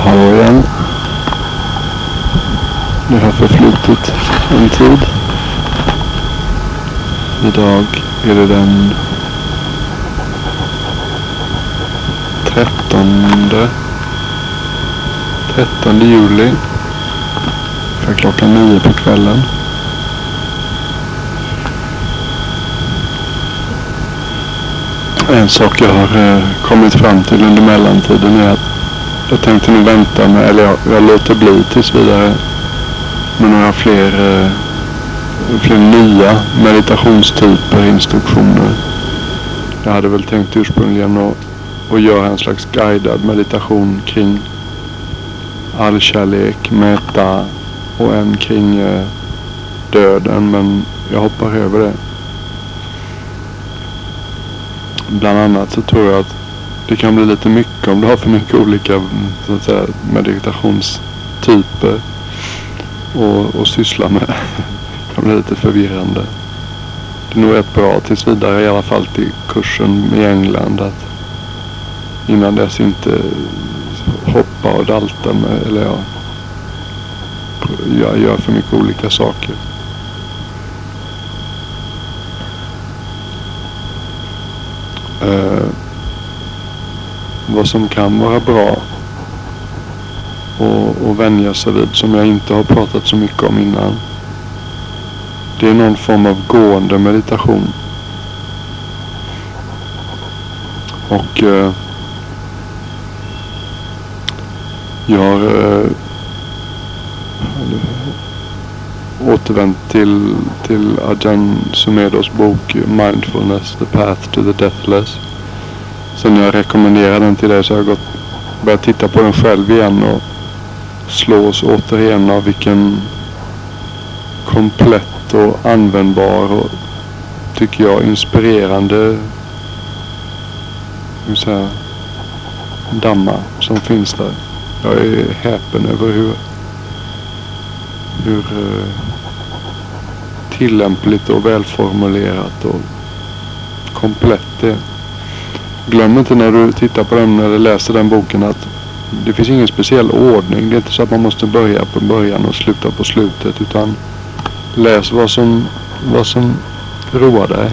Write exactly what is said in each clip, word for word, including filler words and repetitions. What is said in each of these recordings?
hallå igen. Det har förflutit en tid. Idag är det den trettonde trettonde juli. För klockan nio på kvällen. En sak jag har eh, kommit fram till under mellantiden är att jag tänkte nog vänta med, eller jag, jag låter bli tills vidare med några fler, eh, fler nya meditationstyper, instruktioner. Jag hade väl tänkt ursprungligen att, att göra en slags guidad meditation kring allkärlek, metta och en kring eh, döden, men jag hoppar över det. Bland annat så tror jag att det kan bli lite mycket om du har för mycket olika så att säga, meditationstyper och, och syssla med. Det kan bli lite förvirrande. Det är nog rätt bra tills vidare, i alla fall till kursen i England, att innan dess inte hoppa och dalta med, eller ja, jag gör för mycket olika saker. Uh, vad som kan vara bra och, och vänja sig vid, som jag inte har pratat så mycket om innan, det är någon form av gående meditation. Och uh, jag har uh, återvänt till, till Ajahn Sumedhos bok Mindfulness, The Path to the Deathless. Sen jag rekommenderade den till dig så har jag gått, börjat titta på den själv igen och slås återigen av vilken komplett och användbar och, tycker jag, inspirerande hur säga, Dhamma som finns där. Jag är häpen över hur hur uh, tillämpligt och välformulerat och komplett det är. Glöm inte när du tittar på den eller läser den boken att det finns ingen speciell ordning. Det är inte så att man måste börja på början och sluta på slutet, utan läs vad som, vad som roar dig.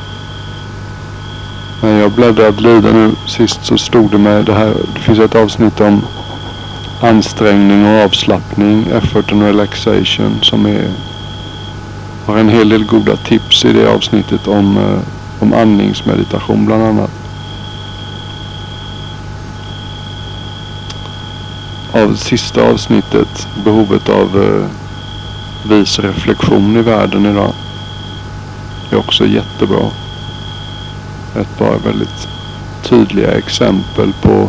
När jag bläddrade lite nu sist så stod det med det här, det finns ett avsnitt om ansträngning och avslappning, effort and relaxation, som är, har en hel del goda tips i det avsnittet om, eh, om andningsmeditation bland annat. Av sista avsnittet, behovet av eh, vis reflektion i världen idag, är också jättebra. Ett par väldigt tydliga exempel på.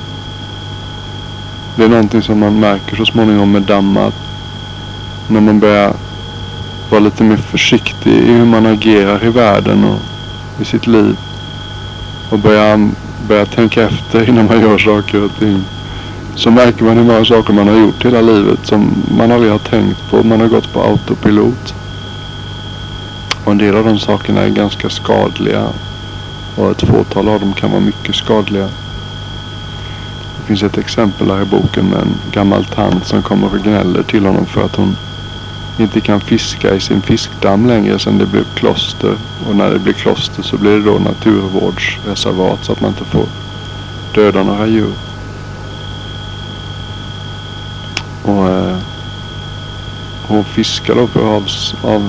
Det är någonting som man märker så småningom med Dhamma, att när man börjar vara lite mer försiktig i hur man agerar i världen och i sitt liv och börja, börja tänka efter innan man gör saker och ting, så märker man hur många saker man har gjort hela livet som man aldrig har tänkt på. Man har gått på autopilot. Och en del av de sakerna är ganska skadliga och ett fåtal av dem kan vara mycket skadliga. Det finns ett exempel här i boken med en gammal tant som kommer och gnäller till honom för att hon inte kan fiska i sin fiskdamm längre sedan det blev kloster. Och när det blir kloster så blir det då naturvårdsreservat så att man inte får döda några djur. Och eh, hon fiskar då för av, av,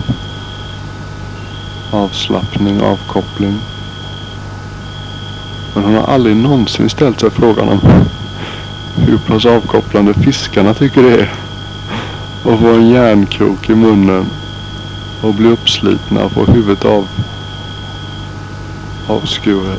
avslappning, avkoppling. Men hon har aldrig någonsin ställt sig frågan om hur pass avkopplande fiskarna tycker det är att få en järnkrok i munnen och bli uppslitna och få huvudet av avskuret.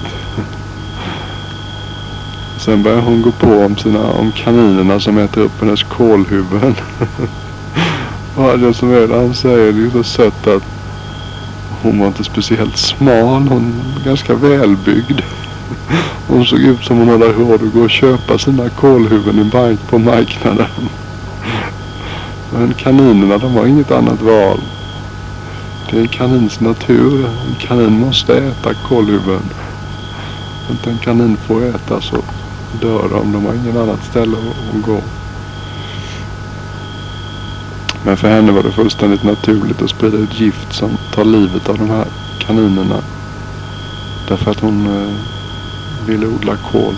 Sen börjar hon gå på om, sina, om kaninerna som äter upp hennes kolhuvuden. Och det som är det han säger, det är så sött att hon var inte speciellt smal, hon var ganska välbyggd. Hon såg ut som hon hade råd att gå och köpa sina kolhuvuden i mark på marknaden. Men kaninerna, de har inget annat val. Det är kanins natur. En kanin måste äta kolhuvuden. Inte en kanin får äta så dör de. De har ingen annat ställe att gå. Men för henne var det fullständigt naturligt att sprida ut gift som tar livet av de här kaninerna. Därför att hon eh, ville odla kål.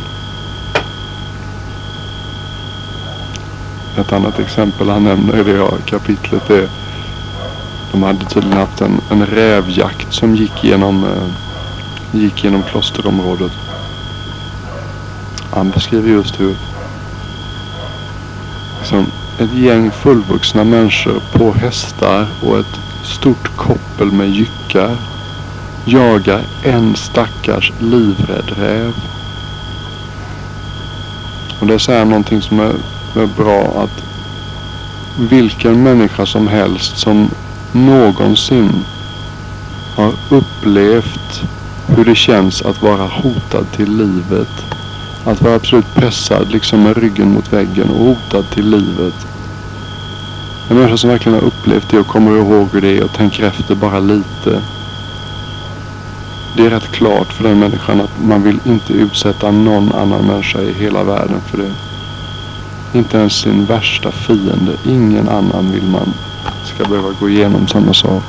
Ett annat exempel han nämner i det här kapitlet är de hade tydligen haft en, en rävjakt som gick genom, eh, gick genom klosterområdet. Han beskriver just hur liksom, ett gäng fullvuxna människor på hästar och ett stort koppel med jyckar jagar en stackars livrädd räv. Och det är så här någonting som är, är bra, att vilken människa som helst som någonsin har upplevt hur det känns att vara hotad till livet, att vara absolut pressad liksom med ryggen mot väggen och hotad till livet. En människa som verkligen har upplevt det och kommer ihåg hur det är och tänker efter bara lite. Det är rätt klart för den människan att man vill inte utsätta någon annan människa i hela världen för det. Inte ens sin värsta fiende. Ingen annan vill man ska behöva gå igenom samma sak.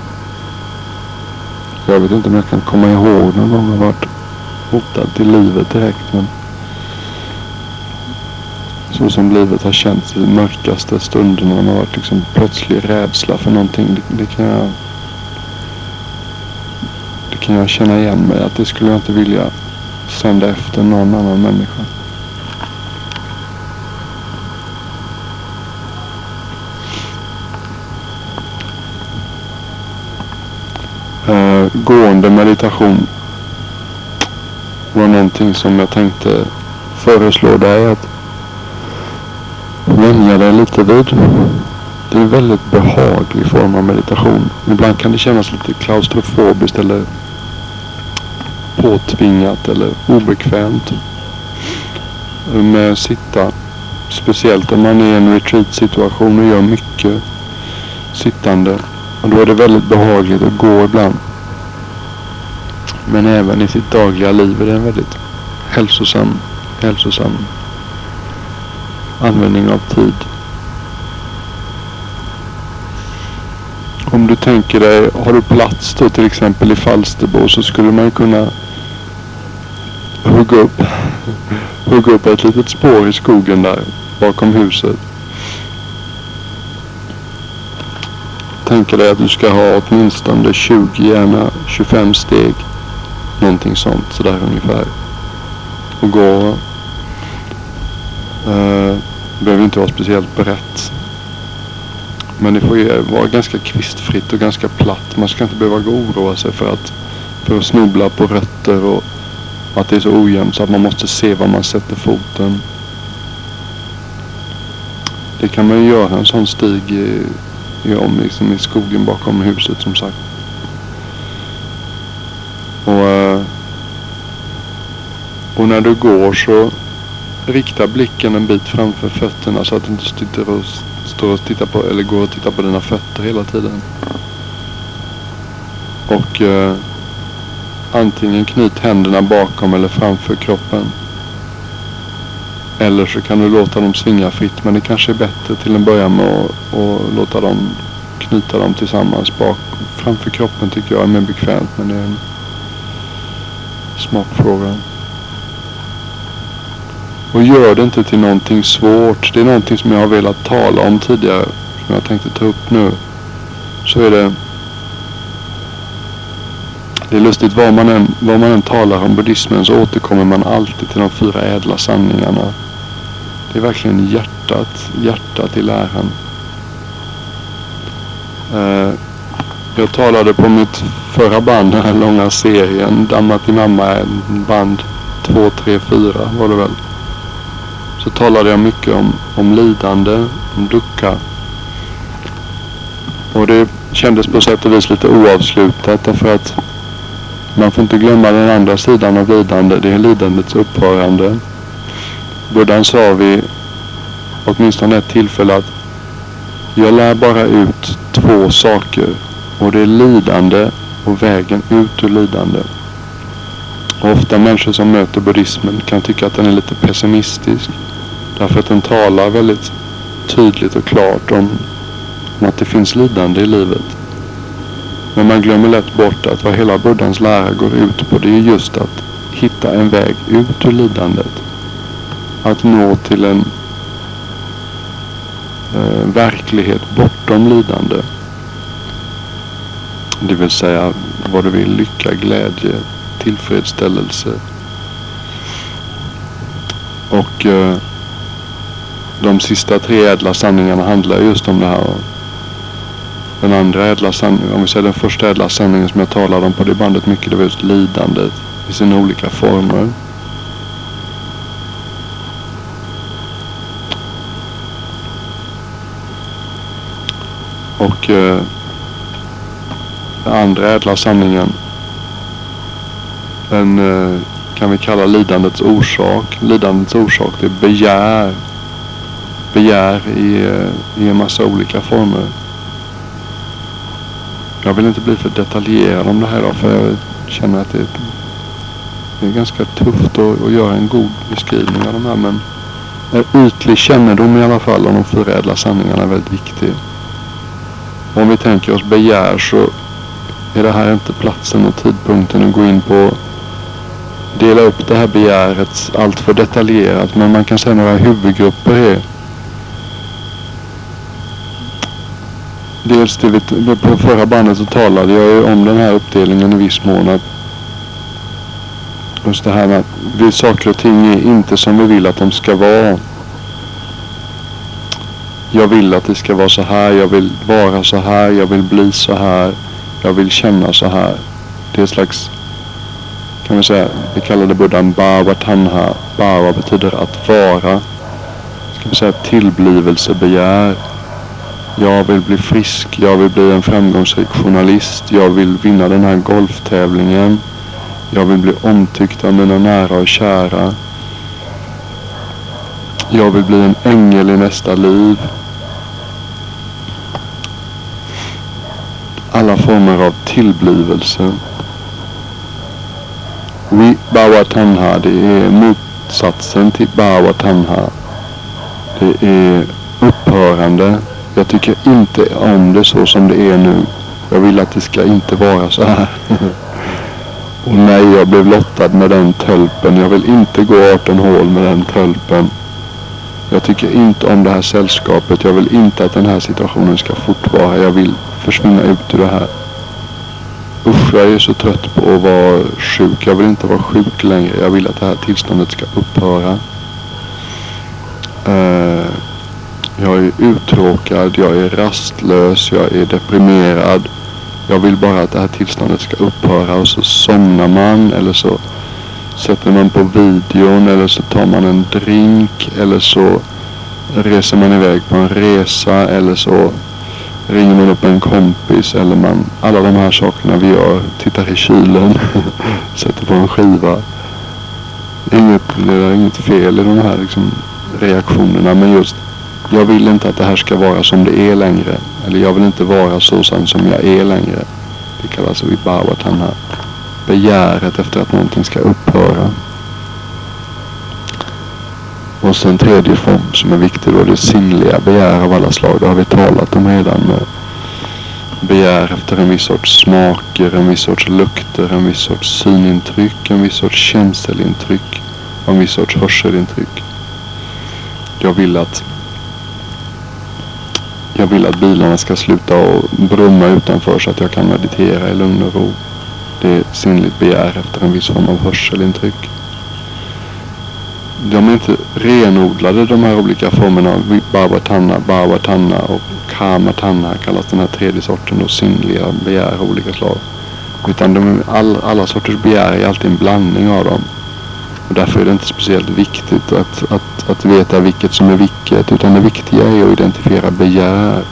Jag vet inte om jag kan komma ihåg någon gång jag varit hotad till livet direkt, men så som livet har känts i de mörkaste stunderna, man har varit liksom plötslig rädsla för någonting, det, det kan jag det kan jag känna igen mig, att det skulle jag inte vilja sända efter någon annan människa. Uh, gående meditation var någonting som jag tänkte föreslå dig att vänja dig lite vid. Det är en väldigt behaglig form av meditation. Ibland kan det kännas lite klaustrofobiskt eller påtvingat eller obekvämt med att sitta. Speciellt om man är i en retreat-situation och gör mycket sittande. Och då är det väldigt behagligt att gå ibland. Men även i sitt dagliga liv är det en väldigt hälsosam, hälsosam användning av tid. Om du tänker dig, har du plats då till exempel i Falsterbo, så skulle man kunna hugga upp, hugga upp ett litet spår i skogen där bakom huset. Tänker dig att du ska ha åtminstone tjugo, gärna tjugofem steg. Någonting sånt, sådär ungefär. Och gå. Uh, behöver inte vara speciellt brett. Men det får ju vara ganska kvistfritt och ganska platt. Man ska inte behöva gå och oroa sig för att, för att snubbla på rötter och att det är så ojämnt så att man måste se var man sätter foten. Det kan man ju göra en sån stig i, i, om, liksom i skogen bakom huset, som sagt. Och, och när du går så rikta blicken en bit framför fötterna så att du inte sitter och står och tittar på, eller går och tittar på dina fötter hela tiden. Och eh, antingen knyt händerna bakom eller framför kroppen. Eller så kan du låta dem svinga fritt, men det kanske är bättre till en början med att och låta dem knyta dem tillsammans bak. Framför kroppen tycker jag är mer bekvämt, men det är en smakfråga. Och gör det inte till någonting svårt. Det är någonting som jag har velat tala om tidigare, som jag tänkte ta upp nu. Så är det Det är lustigt, vad man än, vad man än talar om buddhismen så återkommer man alltid till de fyra ädla sanningarna. Det är verkligen hjärtat, hjärtat i läran. Eh, jag talade på mitt förra band, den här långa serien, Dhamma till mamma, band två, tre, fyra var det väl. Så talade jag mycket om, om lidande, om dukkha. Och det kändes på sätt och vis lite oavslutat, därför att man får inte glömma den andra sidan av lidande. Det är lidandets upphörande. Buddhan sa vid åtminstone ett tillfälle att jag lär bara ut två saker, och det är lidande och vägen ut ur lidande. Och ofta människor som möter buddhismen kan tycka att den är lite pessimistisk. Därför att den talar väldigt tydligt och klart om, om att det finns lidande i livet. Men man glömmer lätt bort att vad hela Buddhans lära går ut på, det är just att hitta en väg ut ur lidandet. Att nå till en eh, verklighet bortom lidande. Det vill säga vad du vill, lycka, glädje, tillfredsställelse. Och eh, de sista tre ädla sanningarna handlar just om det här. Den andra ädla sanningen, om vi säger den första ädla sanningen som jag talade om på det bandet mycket, det var just lidandet i sina olika former. Och eh, den andra ädla sanningen, den eh, kan vi kalla lidandets orsak. Lidandets orsak, det är begär. Begär i, eh, i en massa olika former. Jag vill inte bli för detaljerad om det här då, för jag känner att det är, det är ganska tufft att, att göra en god beskrivning av de här. Men en ytlig kännedom i alla fall om de fyra ädla sanningarna är väldigt viktig. Om vi tänker oss begär, så är det här inte platsen och tidpunkten att gå in på dela upp det här begäret allt för detaljerat. Men man kan säga några huvudgrupper är. Dels det vi, på förra bandet så talade jag ju om den här uppdelningen i viss mån. Att just det här med att vi, saker och ting är inte som vi vill att de ska vara. Jag vill att det ska vara så här, jag vill vara så här, jag vill bli så här, jag vill känna så här. Det är ett slags, kan man säga, vi kallar det buddhan bhava tanha. Bhava betyder att vara. Ska vi säga tillblivelsebegär. Jag vill bli frisk, jag vill bli en framgångsrik journalist, jag vill vinna den här golftävlingen, jag vill bli omtyckt av mina nära och kära, jag vill bli en ängel i nästa liv. Alla former av tillblivelse. Vi bhava tanha, det är motsatsen till bhava tanha. Det är upphörande. Jag tycker inte om det så som det är nu. Jag vill att det ska inte vara så här. Och nej, jag blev lottad med den tölpen. Jag vill inte gå arton hål med den tölpen. Jag tycker inte om det här sällskapet. Jag vill inte att den här situationen ska fortvara. Jag vill försvinna ut ur det här. Usch, jag är så trött på att vara sjuk. Jag vill inte vara sjuk längre. Jag vill att det här tillståndet ska upphöra. Uh, Jag är uttråkad, jag är rastlös, jag är deprimerad. Jag vill bara att det här tillståndet ska upphöra, och så somnar man, eller så sätter man på videon, eller så tar man en drink, eller så reser man iväg på en resa, eller så ringer man upp en kompis, eller man, alla de här sakerna vi gör, tittar i kylen, sätter på en skiva. Inget, det är inget fel i de här liksom, reaktionerna, men just jag vill inte att det här ska vara som det är längre. Eller jag vill inte vara så som jag är längre. Det kallas vibhava tanha. Begäret efter att någonting ska upphöra. Och sen tredje form som är viktig då, det är sinnliga begär av alla slag. Det har vi talat om redan, med begär efter en viss sorts smaker, en viss sorts lukter, en viss sorts synintryck, en viss sorts känselintryck och en viss sorts hörselintryck. Jag vill att Jag vill att bilarna ska sluta och brumma utanför så att jag kan meditera i lugn och ro. Det är sinnligt begär efter en viss form av hörselintryck. De är inte renodlade, de här olika formerna av bhava tanha, bhava tanha och kama tanha kallas den här tredje sorten då, sinnliga begär av olika slag. Utan de är all, alla sorters begär är alltid en blandning av dem. Och därför är det inte speciellt viktigt att, att, att veta vilket som är vilket. Utan det viktiga är att identifiera begär.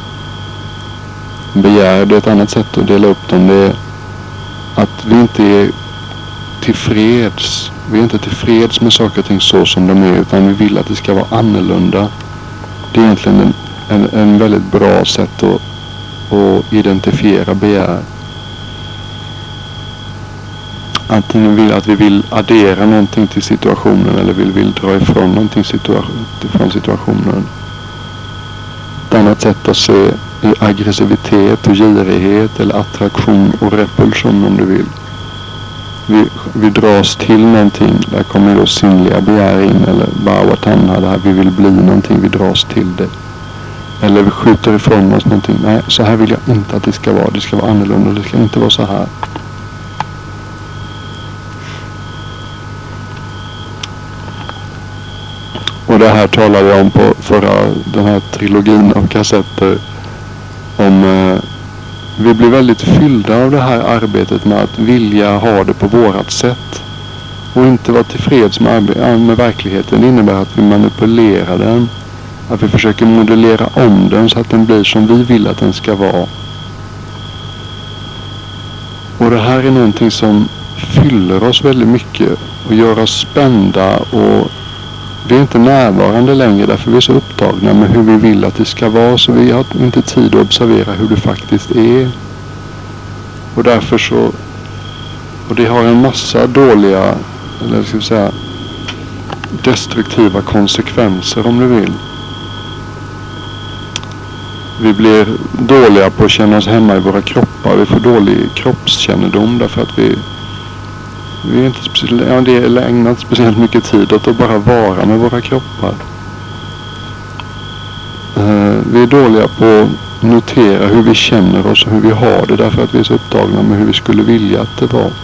Begär, det är ett annat sätt att dela upp dem. Det är att vi inte är tillfreds. Vi är inte tillfreds med saker och ting så som de är. Utan vi vill att det ska vara annorlunda. Det är egentligen en, en, en väldigt bra sätt att, att identifiera begär. antingen vill att vi vill addera någonting till situationen eller vill, vill dra ifrån någonting situation, från situationen. Ett annat sätt att se är aggressivitet och girighet eller attraktion och repulsion om du vill. Vi, vi dras till någonting, där kommer då sinnliga begär in eller bhavatanha, där vi vill bli någonting, vi dras till det. Eller vi skjuter ifrån oss någonting. Nej, så här vill jag inte att det ska vara. Det ska vara annorlunda. Det ska inte vara så här. Och det här talade jag om på förra, den här trilogin av kassetter. Om eh, vi blir väldigt fyllda av det här arbetet med att vilja ha det på vårat sätt. Och inte vara tillfreds med, arbe- med verkligheten. Det innebär att vi manipulerar den. Att vi försöker modellera om den så att den blir som vi vill att den ska vara. Och det här är någonting som fyller oss väldigt mycket och gör oss spända, och vi är inte närvarande längre därför vi är så upptagna med hur vi vill att det ska vara, så vi har inte tid att observera hur det faktiskt är. Och därför så, och det har en massa dåliga, eller ska vi säga destruktiva konsekvenser om du vill. Vi blir dåliga på att känna oss hemma i våra kroppar. Vi får dålig kroppskännedom därför att vi, vi är inte speciellt, ja, det är ägnat speciellt mycket tid åt att bara vara med våra kroppar. Uh, vi är dåliga på att notera hur vi känner oss och hur vi har det därför att vi är så upptagna med hur vi skulle vilja att det var.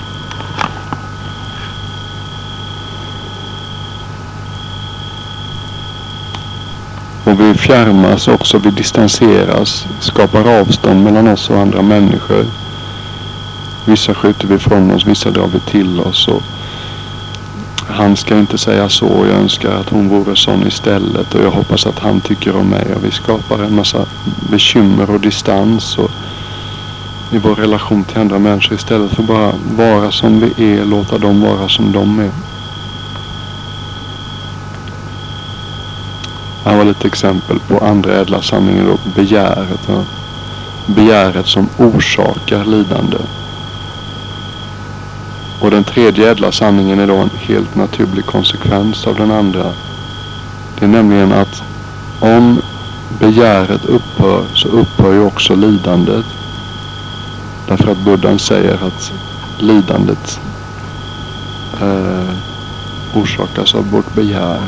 Och vi fjärmas också, vi distanseras, skapar avstånd mellan oss och andra människor. Vissa skjuter vi från oss, vissa drar vi till oss. Och han ska inte säga så, jag önskar att hon vore sån istället. Och jag hoppas att han tycker om mig. Och vi skapar en massa bekymmer och distans och i vår relation till andra människor istället för bara vara som vi är, låta dem vara som de är. Här var lite exempel på andra ädla sanningar då, begäret. Ja. Begäret som orsakar lidande. Och den tredje ädla sanningen är då en helt naturlig konsekvens av den andra. Det är nämligen att om begäret upphör så upphör ju också lidandet. Därför att Buddhan säger att lidandet eh, orsakas av vårt begär.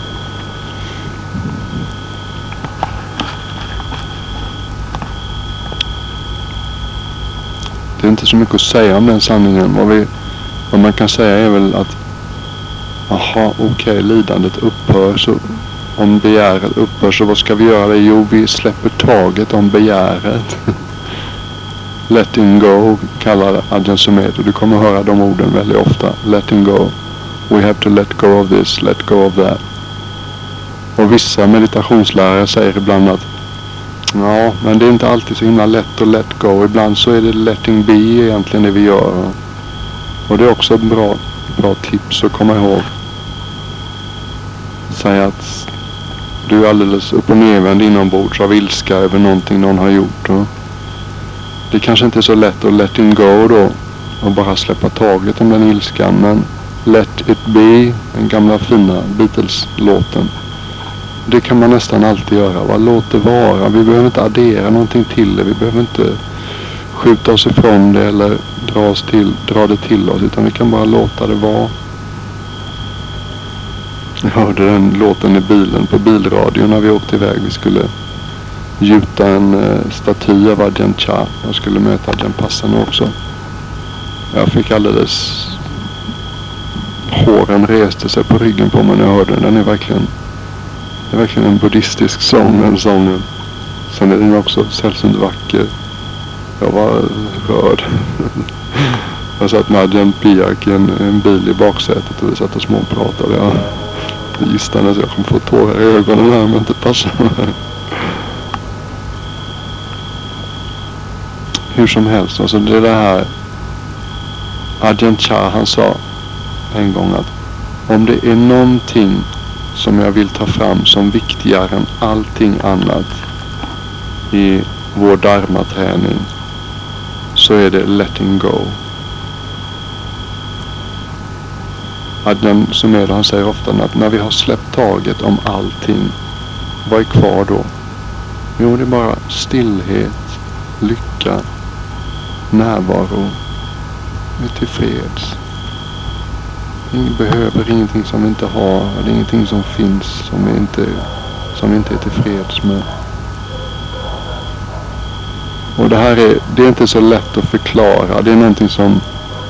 Det är inte så mycket att säga om den sanningen. Vad, vi, vad man kan säga är väl att aha, okej, okay, lidandet upphör. Så om begäret upphör så vad ska vi göra? Jo, vi släpper taget om begäret. Letting go kallar Ajahn Sumedho. Du kommer höra de orden väldigt ofta. Letting go. We have to let go of this, let go of that. Och vissa meditationslärare säger ibland att ja, men det är inte alltid så himla lätt att let go. Ibland så är det letting be egentligen det vi gör. Och det är också ett bra, bra tips att komma ihåg. Säga att du är alldeles upp och nervänd inombords av ilska över någonting någon har gjort. Och det kanske inte är så lätt att letting go då. Och bara släppa taget om den ilskan. Men let it be, den gamla fina Beatles-låten. Det kan man nästan alltid göra. Va? Låt det vara. Vi behöver inte addera någonting till det. Vi behöver inte skjuta oss ifrån det eller dra, oss till, dra det till oss. Utan vi kan bara låta det vara. Jag hörde den låten i bilen på bilradion när vi åkte iväg. Vi skulle gjuta en uh, staty av Ajahn Chah. Jag skulle möta Ajahn Passano också. Jag fick alldeles... Håren reste sig på ryggen på mig när jag hörde den. Den är verkligen... Det är verkligen en buddhistisk sång, den sången. Sen är den också sällsynt vacker. Jag var rörd. Jag satt med Ajahn Piak i en, en bil i baksätet och vi satt och småpratade. Jag gissade att jag kommer få tårar i ögonen här, men inte passar. Hur som helst, alltså det är det här. Ajahn Chah, han sa en gång att om det är någonting som jag vill ta fram som viktigare än allting annat i vår dharma-träning, så är det letting go. Adnan Sumeda, han säger ofta att när vi har släppt taget om allting, vad är kvar då? Jo, det är bara stillhet, lycka, närvaro. Vi är tillfreds. Vi behöver ingenting som vi inte har. Det är ingenting som finns som vi inte, som vi inte är tillfreds med. Och det här är, det är inte så lätt att förklara. Det är någonting som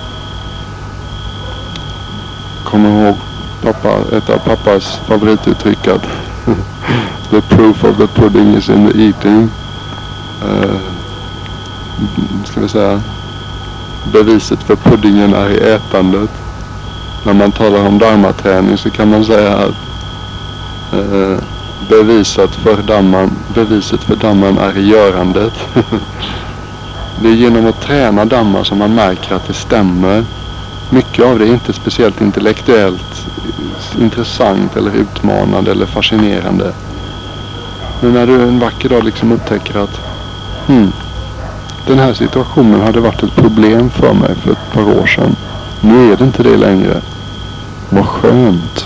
kommer ihåg pappa, ett av pappas favorituttryck att the proof of the pudding is in the eating. Uh, ska vi säga beviset för puddingen är i ätandet. När man talar om dharmaträning så kan man säga att uh, beviset för dhamman, beviset för dhamman är i görandet. Det är genom att träna dhamma som man märker att det stämmer. Mycket av det är inte speciellt intellektuellt intressant eller utmanande eller fascinerande. Men när du en vacker dag liksom upptäcker att hmm, den här situationen hade varit ett problem för mig för ett par år sedan. Nu är det inte det längre. Vad skönt.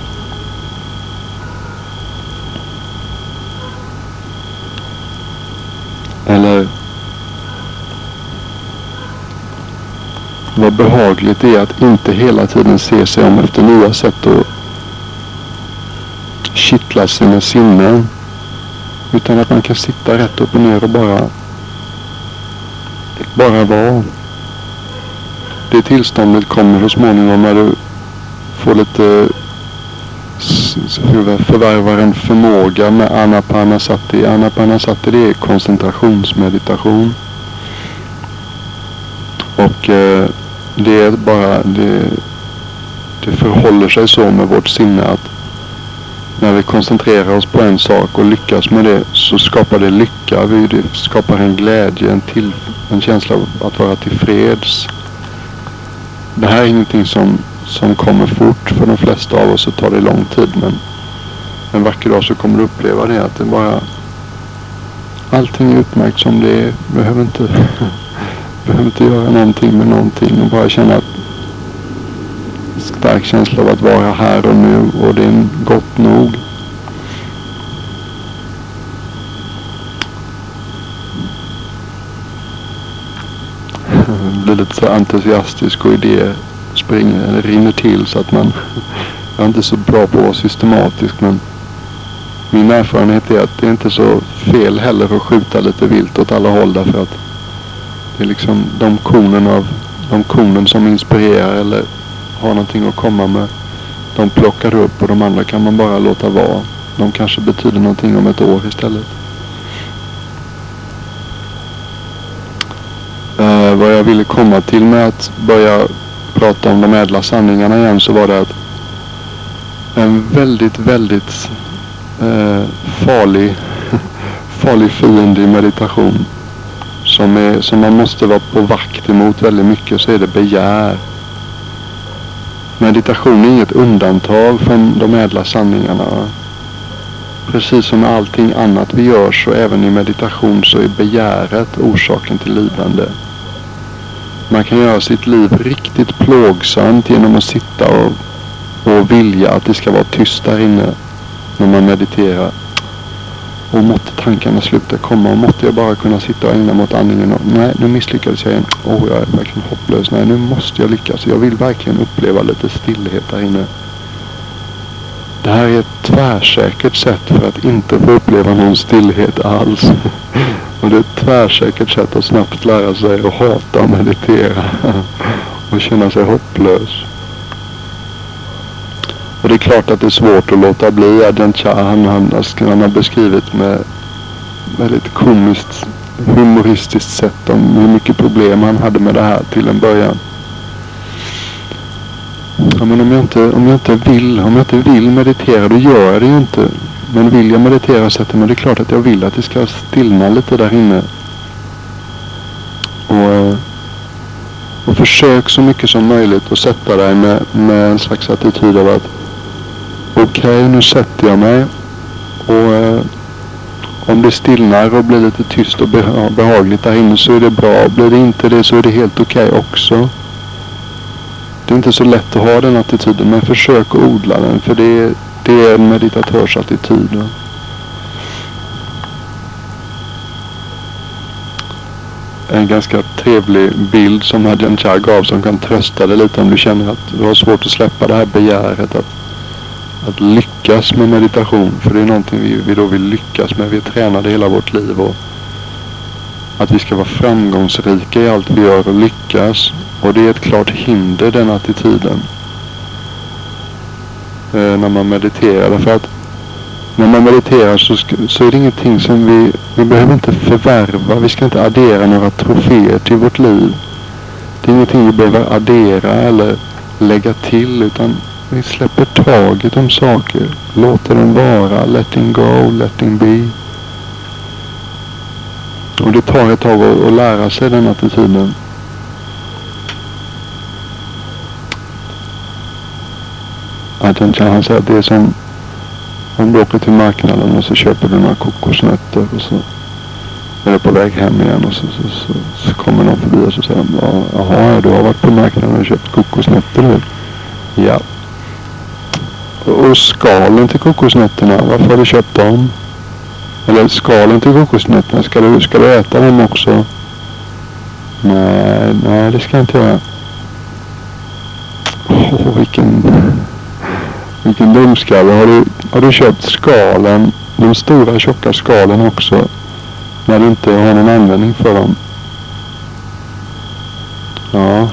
Eller vad behagligt det är att inte hela tiden se sig om efter nya sätt att kittla sina sinnen. Utan att man kan sitta rätt upp och ner och bara bara vara. Det tillståndet kommer så småningom när du får lite förvärvar en förmåga med anapanasati. Anapanasati, det är koncentrationsmeditation. Och eh, det är bara det, det förhåller sig så med vårt sinne att när vi koncentrerar oss på en sak och lyckas med det så skapar det lycka. Det skapar en glädje, en, till, en känsla av att vara tillfreds. Det här är ingenting som, som kommer fort för de flesta av oss, så tar det lång tid. Men en vacker dag så kommer du uppleva det att det bara allting är utmärkt som det är. Behöver inte, behöver inte göra någonting med någonting och bara känna att stark känsla av att vara här och nu, och det är gott nog. Blir lite så entusiastisk och idéer springer eller rinner till så att man jag är inte så bra på att vara systematisk, men min erfarenhet är att det är inte så fel heller att skjuta lite vilt åt alla håll, därför att det är liksom de konen av de konen som inspirerar eller har någonting att komma med, de plockar upp, och de andra kan man bara låta vara. De kanske betyder någonting om ett år istället. Eh, vad jag ville komma till med att börja prata om de ädla sanningarna igen, så var det att en väldigt, väldigt eh, farlig farlig fiende i meditation som, är, som man måste vara på vakt emot väldigt mycket, så är det begär. Meditation är inget undantag från de ädla sanningarna. Precis som med allting annat vi gör, så även i meditation så är begäret orsaken till lidande. Man kan göra sitt liv riktigt plågsamt genom att sitta och, och vilja att det ska vara tyst där inne när man mediterar. Och måtte tankarna sluta komma, och måtte jag bara kunna sitta och ägna mot andningen. Och, nej, nu misslyckades jag igen. Åh, oh, jag är verkligen hopplös. Nej, nu måste jag lyckas. Jag vill verkligen uppleva lite stillhet där inne. Det här är ett tvärsäkert sätt för att inte få uppleva någon stillhet alls. Och det är ett tvärsäkert sätt att snabbt lära sig att hata och meditera. Och känna sig hopplös. Och det är klart att det är svårt att låta bli. Ajahn Chah, han, han, han har beskrivit med väldigt komiskt, humoristiskt sätt om hur mycket problem han hade med det här till en början. Ja, men om jag inte, om jag inte vill, om jag inte vill meditera, då gör jag det ju inte. Men vill jag meditera så att, men det är klart att jag vill att det ska stillna lite där inne. Och, och försök så mycket som möjligt att sätta dig med, med en slags attityd av att okej, okay, nu sätter jag mig, och eh, om det stillnar och blir lite tyst och beha- behagligt där inne så är det bra. Blir det inte det så är det helt okej okay också. Det Det är inte så lätt att ha den attityden, men försök att odla den, för det är, det är en meditatördsattityd. En ganska trevlig bild som Ajahn Chah gav som kan trösta dig lite om du känner att du har svårt att släppa det här begäret att, att lyckas med meditation. För det är någonting vi, vi då vill lyckas med. Vi är tränade hela vårt liv och att vi ska vara framgångsrika i allt vi gör och lyckas. Och det är ett klart hinder, den attityden. Eh, när man mediterar. Därför att när man mediterar så, ska, så är det ingenting som vi... Vi behöver inte förvärva. Vi ska inte addera några troféer till vårt liv. Det är ingenting vi behöver addera eller lägga till. Utan vi släpper taget om saker. Låter den vara. Letting go, letting be. Och det tar ett tag att, att lära sig den attityden. Ajahn Chah, han säger att det är som om du åker till marknaden och så köper du några kokosnötter och så är du på väg hem igen och så, så, så, så kommer någon förbi och så säger de, jaha, du har varit på marknaden och köpt kokosnötter nu. Ja. Och, och skalen till kokosnötterna, varför har du köpt dem? Eller skalen till kokosnötterna, ska du, ska du äta dem också? Nej, nej det ska jag inte göra. Åh, oh, vilken... Vilken dumskalle. Har du, har du köpt skalen, de stora tjocka skalen också, när du inte har någon användning för dem? Ja.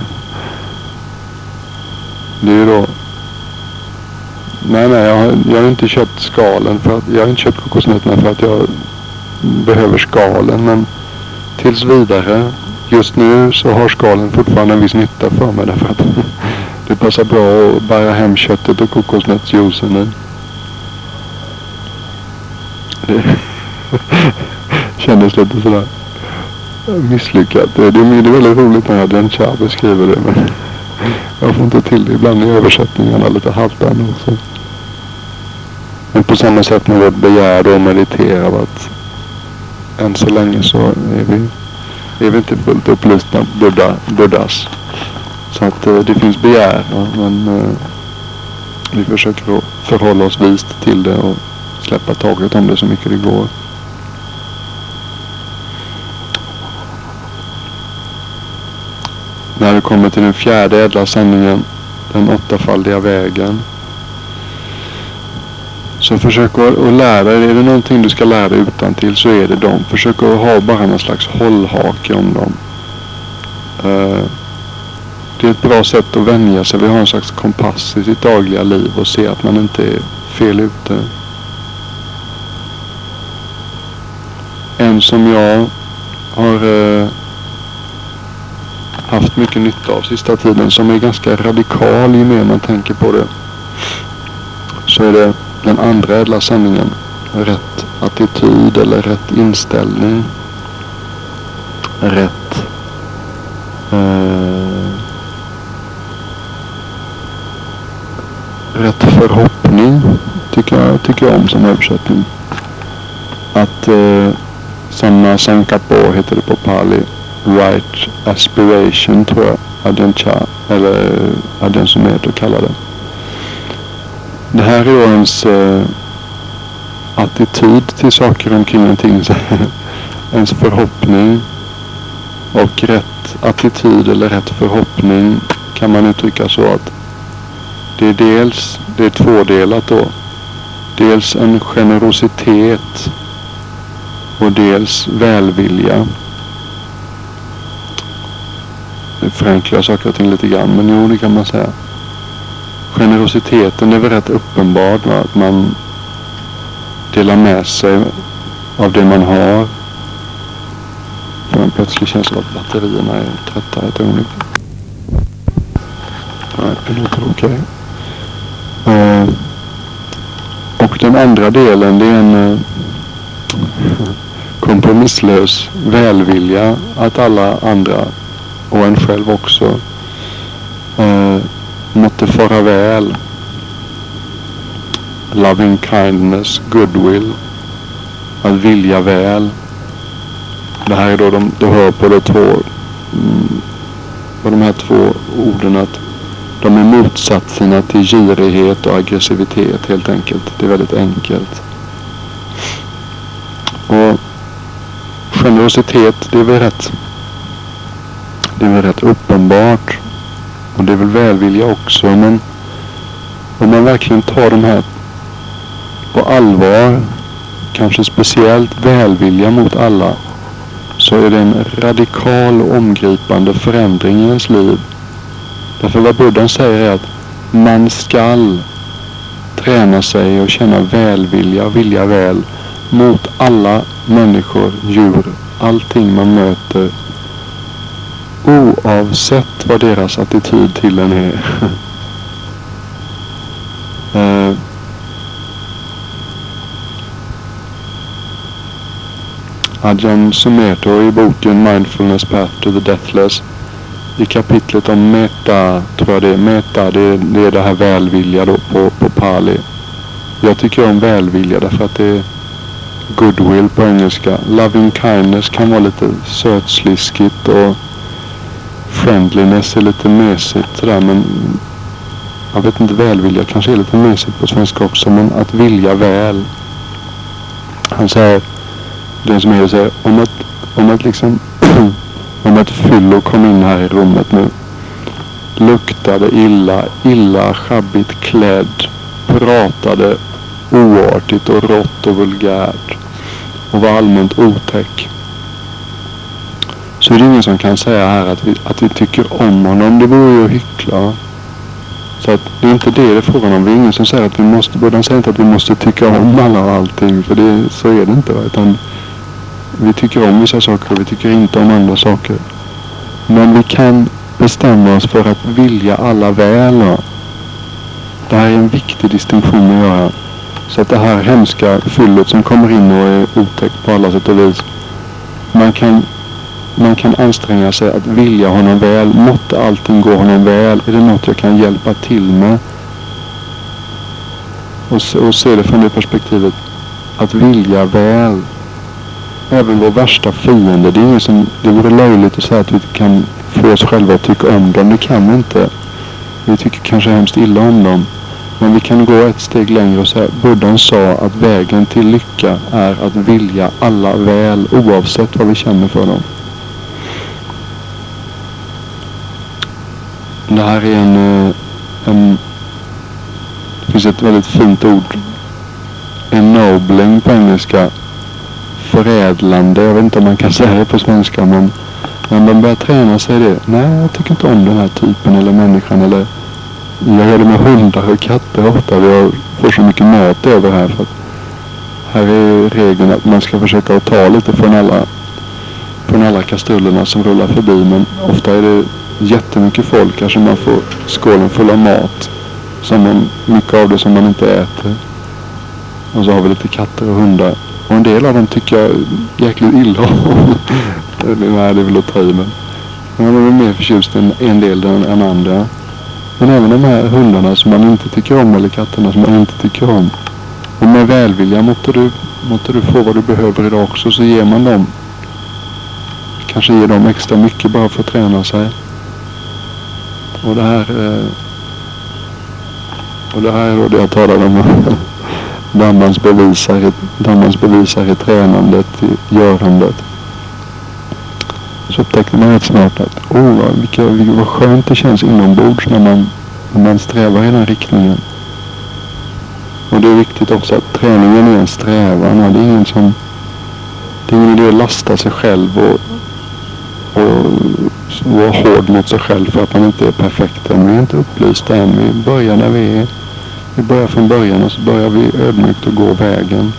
Det är ju då... Nej, nej, jag har, jag har inte köpt skalen för att... Jag har inte köpt kokosnötterna för att jag behöver skalen, men tills vidare, just nu så har skalen fortfarande en viss nytta för mig därför att det passar bra att bära hem köttet och kokosnötsjuicen nu. Det kändes lite sådär misslyckat. Det är, det är väldigt roligt när Ajahn Chah beskriver det, men jag får inte till det ibland i översättningarna lite halvdana också. Men på samma sätt när vi begär och mediterar att än så länge så är vi, är vi inte fullt upplysta buddas. Så att eh, det finns begär, ja, men eh, vi försöker att förhålla oss vist till det och släppa taget om det så mycket det går. När det kommer till den fjärde ädla sanningen, den åttafaldiga vägen, så försök att, att lära dig, är det någonting du ska lära dig utan till så är det dem. Försök att ha bara någon slags hållhake om dem. Uh, Det är ett bra sätt att vänja sig. Vi har en slags kompass i sitt dagliga liv och se att man inte är fel ute. En som jag har eh, haft mycket nytta av sista tiden, som är ganska radikal ju mer man tänker på det, så är det den andra ädla sanningen. Rätt attityd eller rätt inställning. Rätt eh, rätt förhoppning tycker jag, tycker jag om som översättning. Att eh, Samma Sankapo heter det på Pali. Right aspiration tror jag Ajahn Chah eller Ajahn Sumedho kallar det. Det här är då ens eh, attityd till saker omkring någonting. Ens förhoppning och rätt attityd eller rätt förhoppning kan man uttrycka så att det är dels, det är tvådelat då. Dels en generositet och dels välvilja. Det förenklar saker och ting lite grann, men jo, det kan man säga. Generositeten är väl rätt uppenbart, va? Att man delar med sig av det man har. För en plötslig känsla att batterierna är trötta ett ögonblick. Nej, det låter okej. Okay. Uh, och den andra delen, det är en uh, kompromisslös välvilja att alla andra och en själv också uh, måtte fara väl. Loving kindness, goodwill, att vilja väl. Det här är då de, du hör på de två mm, på de här två orden att De är motsatserna till girighet och aggressivitet helt enkelt. Det är väldigt enkelt. Och generositet, det är väl rätt. Det är väl rätt uppenbart. Och det är väl välvilja också. Men om man verkligen tar de här på allvar, kanske speciellt välvilja mot alla, så är det en radikal och omgripande förändring i ens liv. Därför vad Buddha säger är att man skall träna sig och känna välvilja och vilja väl mot alla människor, djur, allting man möter, oavsett vad deras attityd till en är. uh, Ajahn Sumedho i boken Mindfulness Path to the Deathless, i kapitlet om metta, tror jag det är, metta, det är det, är det här välvilja då på, på pali. Jag tycker om välvilja därför att det är goodwill på engelska. Loving kindness kan vara lite sötsliskigt och friendliness är lite mesigt sådär, men jag vet inte, välvilja kanske är lite mesigt på svenska också, men att vilja väl. Han säger, den som är säger, om att, om att liksom om att fyllo kom in här i rummet nu, luktade illa, illa schabbigt klädd, pratade oartigt och rått och vulgärt och var allmänt otäck, så är det ingen som kan säga här att vi, att vi tycker om honom. Det vore ju att hyckla. Så att det är inte det det är frågan om. Det är ingen som säger att vi måste, båda säger inte att vi måste tycka om alla och allting, för det, så är det inte, utan vi tycker om vissa saker och vi tycker inte om andra saker. Men vi kan bestämma oss för att vilja alla väl. Det här är en viktig distinktion att göra. Så att det här hemska fyllet som kommer in och är otäckt på alla sätt och vis, man kan, man kan anstränga sig att vilja honom väl. Måtte allting gå honom väl. Är det något jag kan hjälpa till med? Och, och se det från det perspektivet. Att vilja väl. Även vår värsta fiende. Det är ingen som, det vore löjligt att säga att vi kan få oss själva att tycka om dem. Det kan vi inte. Vi tycker kanske hemskt illa om dem. Men vi kan gå ett steg längre och säga, Buddha sa att vägen till lycka är att vilja alla väl, oavsett vad vi känner för dem. Det här är en, en det finns ett väldigt fint ord, ennobling på engelska, förädlande. Jag vet inte om man kan säga det på svenska, men när man börjar träna sig det, nej jag tycker inte om den här typen eller människan, eller jag gör det med hundar och katter ofta. Vi får så mycket mat över här, för att här är regeln att man ska försöka att ta lite från alla från alla kastrullerna som rullar förbi, men ofta är det jättemycket folk, kanske man får skålen full av mat, som man, mycket av det som man inte äter, och så har vi lite katter och hundar, och en del av dem tycker jag jäkligt illa om. Nej, det är väl att ta i, men man är mer förtjust än en del än, än andra. Men även de här hundarna som man inte tycker om, eller katterna som man inte tycker om, och med välvilja måtte du, måtte du få vad du behöver idag också, så ger man dem, kanske ger dem extra mycket bara för att träna sig. Och det här eh, och det här är då det jag talar om. Dhammans bevisar, Dhammans bevisar i tränandet, i görandet. Så upptäckte man rätt snart att åh, vilka, vilka, vad skönt det känns inombords när man, när man strävar i den riktningen. Och det är viktigt också att träningen är en strävan. Det är ingen som, det är ingen idé att lasta sig själv och, och vara hård mot sig själv för att man inte är perfekt än. Vi är inte upplysta än. Vi börjar när vi är. Vi börjar från början och så börjar vi ödmjukt att gå vägen.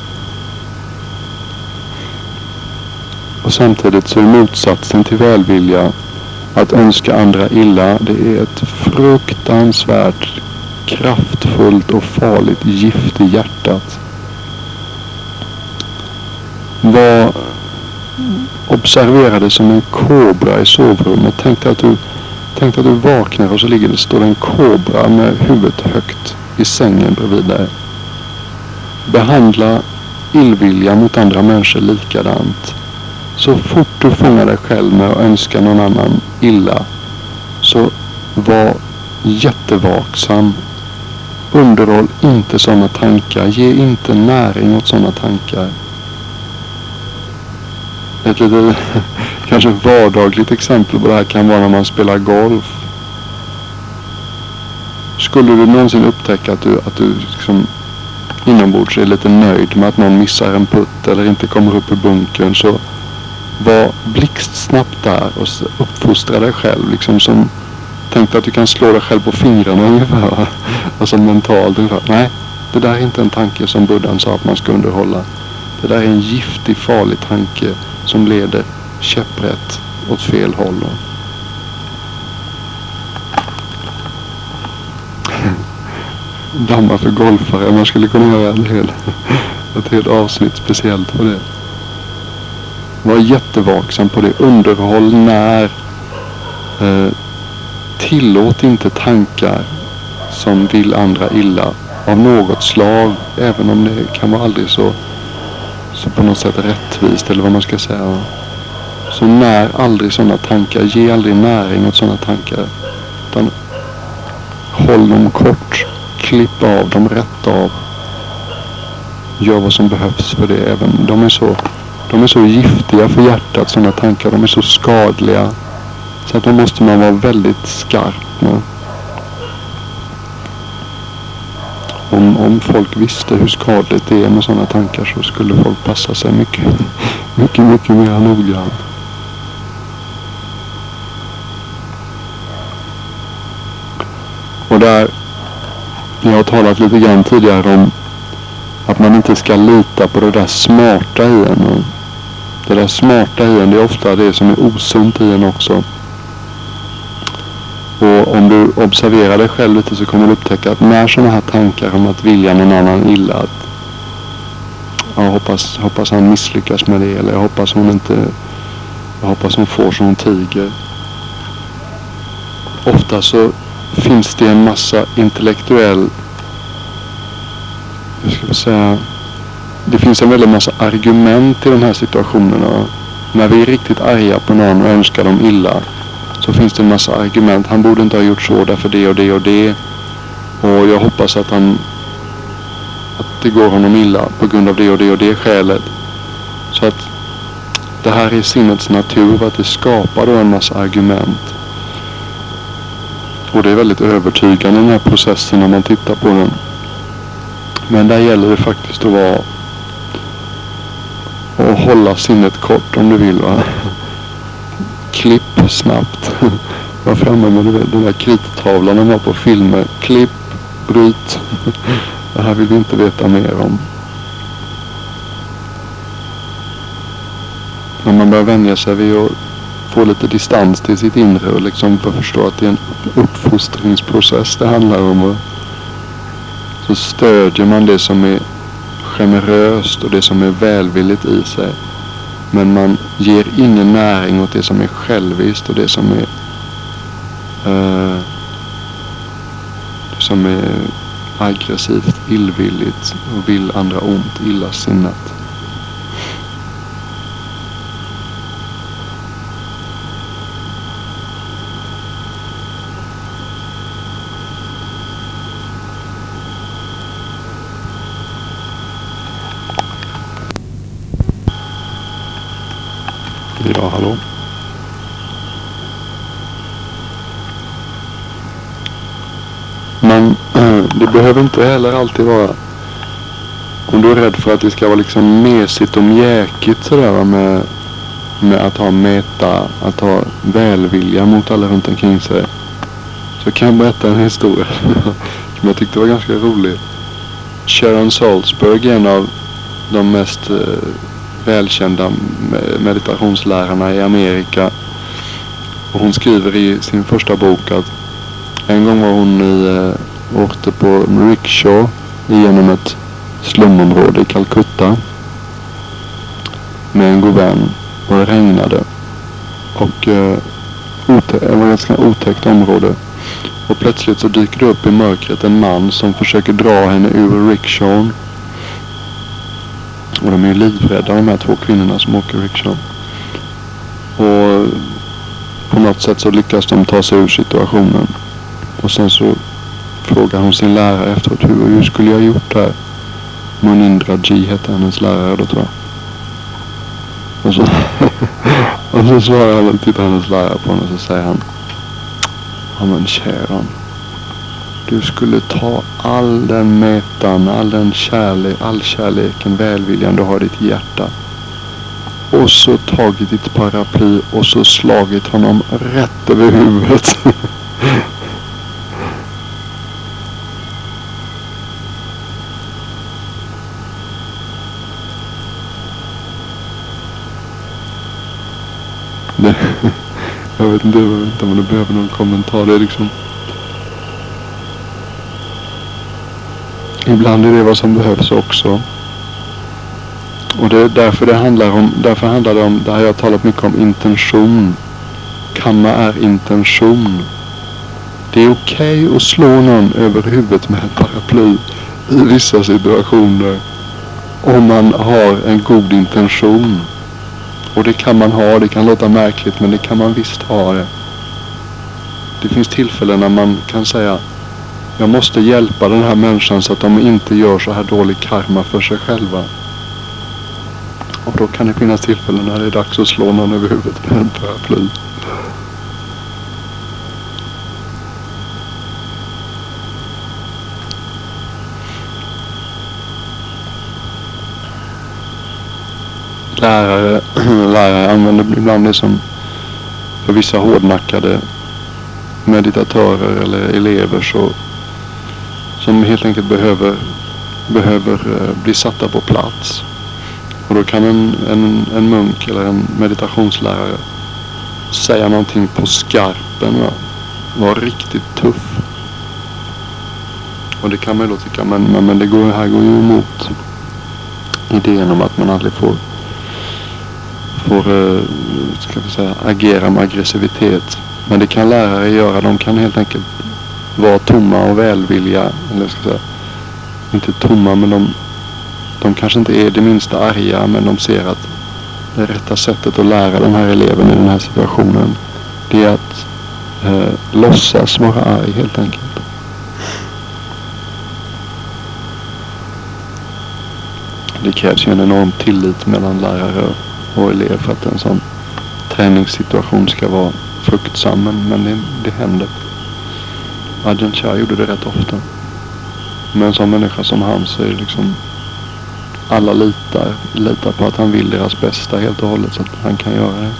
Och samtidigt så är motsatsen till välvilja att önska andra illa. Det är ett fruktansvärt kraftfullt och farligt gift i hjärtat. Var observerade som en kobra i sovrummet. Tänk att du, tänk att du vaknar och så ligger det, står en kobra med huvudet högt i sängen bredvid dig. Behandla illvilja mot andra människor likadant. Så fort du fångar dig själv med att önska någon annan illa, så var jättevaksam. Underhåll inte sådana tankar. Ge inte näring åt sådana tankar. Ett lite kanske vardagligt exempel på det här kan vara när man spelar golf. Skulle du någonsin upptäcka att du, att du liksom inombords är lite nöjd med att någon missar en putt eller inte kommer upp ur bunkern, så var blixtsnabbt där och uppfostra dig själv. Liksom som tänkte att du kan slå dig själv på fingrarna ungefär. Alltså mentalt ungefär. Nej, det där är inte en tanke som Buddhan sa att man ska underhålla. Det där är en giftig, farlig tanke som leder käpprätt åt fel håll. Damma för golfare. Man skulle kunna göra en hel, ett helt avsnitt speciellt för det. Var jättevaksam på det. Underhåll när. Eh, tillåt inte tankar som vill andra illa av något slag. Även om det kan vara aldrig så, så på något sätt rättvist eller vad man ska säga. Så när aldrig sådana tankar. Ge aldrig näring åt sådana tankar. Utan håll dem kort. Klipp av dem rätt av. Gör vad som behövs för det. Även de är så, de är så giftiga för hjärtat, sådana tankar. De är så skadliga. Så att då måste man vara väldigt skarp med. Om, om folk visste hur skadligt det är med sådana tankar, så skulle folk passa sig mycket, mycket, mycket mer noggrant. Och där, jag har talat lite grann tidigare om att man inte ska lita på det där smarta i en. Och det där smarta i en, det är ofta det som är osunt i en också. Och om du observerar dig själv lite, så kommer du upptäcka att när sådana här tankar om att vilja någon annan illa, att jag hoppas, hoppas han misslyckas med det, eller jag hoppas hon inte, jag hoppas hon får som hon tiger. Ofta så finns det en massa intellektuell, jag ska säga, det finns en väldigt massa argument i de här situationerna. När vi är riktigt arga på någon och önskar dem illa, så finns det en massa argument. Han borde inte ha gjort så därför det och det och det. Och jag hoppas att han att det går honom illa på grund av det och det och det skälet. Så att det här är sinnets natur, att det skapar då en massa argument. Och det är väldigt övertygande den här processen när man tittar på den. Men där gäller det faktiskt att vara och hålla sinnet kort om du vill, va. Klipp snabbt. Var framme med den där krittavlan man har på filmer. Klipp, bryt. Det här vill vi inte veta mer om. När man börjar vänja sig vid att få lite distans till sitt inre och liksom förstå att det är en uppfostringsprocess det handlar om. Och så stödjer man det som är generöst och det som är välvilligt i sig. Men man ger ingen näring åt det som är själviskt och det som är uh, det som är aggressivt, illvilligt och vill andra ont, illasinnat. Ja, hallå. Men äh, det behöver inte heller alltid vara, om du är rädd för att det ska vara liksom mesigt och mjäkigt sådär med, med att ha meta, att ha välvilja mot alla runt omkring sig, så kan jag berätta en historia som jag tyckte var ganska rolig. Sharon Salzberg är en av de mest äh, välkända meditationslärarna i Amerika. Och hon skriver i sin första bok att en gång var hon i, äh, åkte på rickshaw genom ett slumområde i Calcutta med en god vän, och det regnade. Och äh, otä- det var ett ganska otäckt område. Och plötsligt så dyker det upp i mörkret en man som försöker dra henne ur rickshawn. Och de är ju livrädda, de här två kvinnorna som åker rickshaw. Och på något sätt så lyckas de ta sig ur situationen. Och sen så frågar hon sin lärare efteråt. Hur, hur skulle jag gjort här? Munindra Ji hette hennes lärare då, tror jag. Och så, och så svarar han, tittar hennes lärare på henne och så säger han. Ja men Sharon. Du skulle ta all den mätan, all den kärlek, all kärleken, välviljan du har i ditt hjärta. Och så tagit ditt paraply och så slagit honom rätt över huvudet. Det, jag vet inte, jag vet inte om du behöver någon kommentar. Det är liksom... Ibland är det vad som behövs också. Och det är därför det handlar om, därför handlar det om, där jag har talat mycket om intention. Kamma är intention. Det är okej okay att slå någon över huvudet med ett paraply i vissa situationer. Om man har en god intention. Och det kan man ha, det kan låta märkligt, men det kan man visst ha det. Det finns tillfällen när man kan säga, jag måste hjälpa den här människan så att de inte gör så här dålig karma för sig själva. Och då kan det finnas tillfällen när det är dags att slå någon över huvudet med en paraply. Lärare, lärare använder ibland det som för vissa hårdnackade meditatörer eller elever så, som helt enkelt behöver, behöver bli satta på plats. Och då kan en, en, en munk eller en meditationslärare säga någonting på skarpen, va? Vara riktigt tuff. Och det kan man ju då tycka, men, men, men det går, här går ju emot idén om att man aldrig får får ska vi säga, agera med aggressivitet. Men det kan lärare göra. De kan helt enkelt vara tomma och välvilliga. Eller ska säga, inte tomma, men de, de kanske inte är det minsta arga, men de ser att det rätta sättet att lära den här eleven i den här situationen, det är att eh, låtsas vara arg helt enkelt. Det krävs ju en enorm tillit mellan lärare och elev för att en sån träningssituation ska vara fruktsam, men, men det, det händer. Ajahn Chah gjorde det rätt ofta. Men en sån människa som han, så är det liksom alla litar, litar på att han vill deras bästa helt och hållet, så att han kan göra det.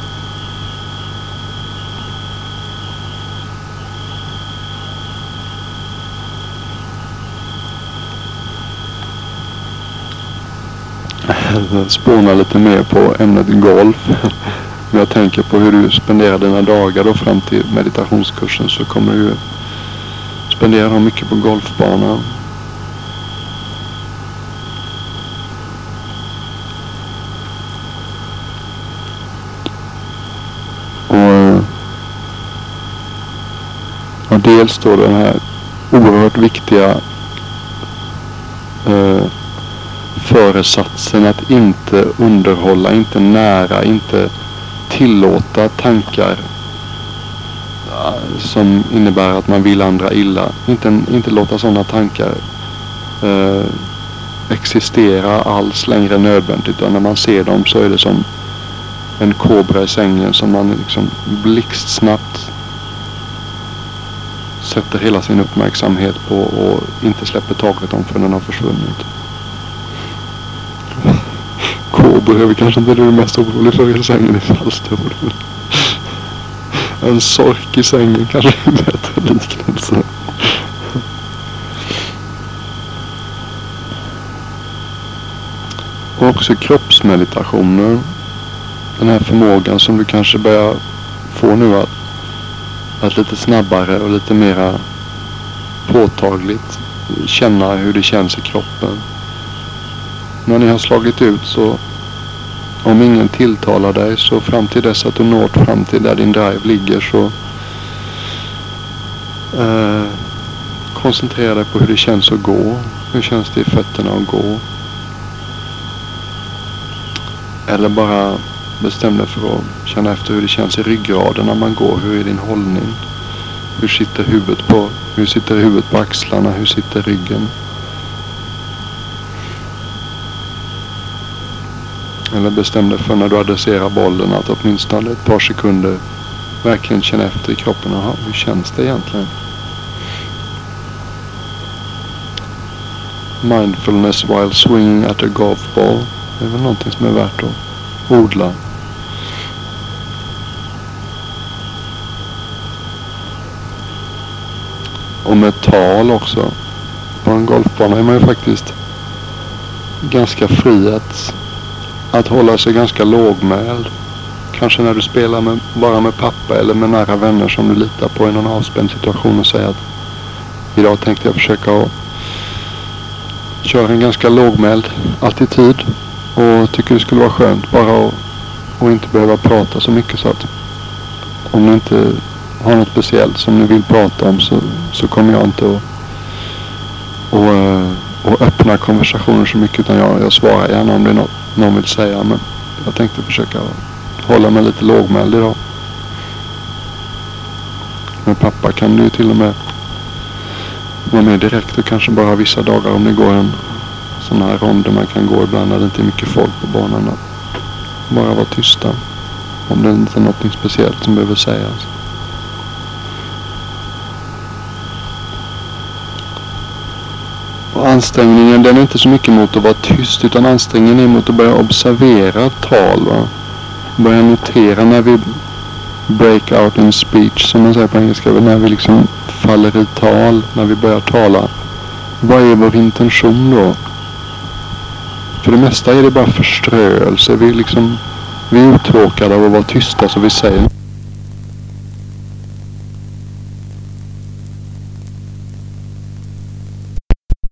Jag spånar lite mer på ämnet golf. Om jag tänker på hur du spenderar dina dagar då fram till meditationskursen, så kommer du spendera dem mycket på golfbanan. Och ja, dels då den här oerhört viktiga eh, föresatsen att inte underhålla, inte nära, inte tillåta tankar som innebär att man vill andra illa. Inte, inte låta sådana tankar eh, existera alls längre än nödvändigt, utan när man ser dem så är det som en kobra i sängen som man liksom blixtsnabbt sätter hela sin uppmärksamhet på och inte släpper taget om förrän den har försvunnit. Kobror är väl kanske inte det du är mest orolig för i sängen i fallstolen. En sork i sängen kanske är en bättre liknelse. Och också kroppsmeditationer. Den här förmågan som du kanske börjar få nu att, att lite snabbare och lite mera påtagligt känna hur det känns i kroppen. När ni har slagit ut, så om ingen tilltalar dig, så fram till dess att du når fram till där din drive ligger, så eh, koncentrera dig på hur det känns att gå. Hur känns det i fötterna att gå? Eller bara bestäm dig för att känna efter hur det känns i ryggraden när man går. Hur är din hållning? Hur sitter huvudet på, hur sitter huvudet på axlarna? Hur sitter ryggen? Eller bestäm dig för när du adresserar bollen att åtminstone ett par sekunder verkligen känna efter i kroppen. Aha, hur känns det egentligen? Mindfulness while swinging at a golf ball. Det är väl någonting som är värt att odla. Och med tal också. På en golfbana är man ju faktiskt ganska fri att, att hålla sig ganska lågmäld. Kanske när du spelar med, bara med pappa eller med nära vänner som du litar på i någon avspänd situation och säga att idag tänkte jag försöka att köra en ganska lågmäld attityd och tycker det skulle vara skönt bara att och inte behöva prata så mycket, så att om ni inte har något speciellt som ni vill prata om så, så kommer jag inte att och, och öppna konversationer så mycket, utan jag, jag svarar gärna om det är något någon vill säga, men jag tänkte försöka hålla mig lite lågmäld idag. Med pappa kan du ju till och med vara med direkt och kanske bara vissa dagar om det går en sån här rond där man kan gå ibland när det inte är mycket folk på banan, att bara vara tysta om det inte är något speciellt som behöver sägas. Och ansträngningen, den är inte så mycket mot att vara tyst, utan ansträngningen är mot att börja observera tal, va? Börja notera när vi break out in speech, som man säger på engelska, när vi liksom faller i tal, när vi börjar tala. Vad är vår intention då? För det mesta är det bara förströelse. Vi, liksom, vi är uttråkade av att vara tysta, så vi säger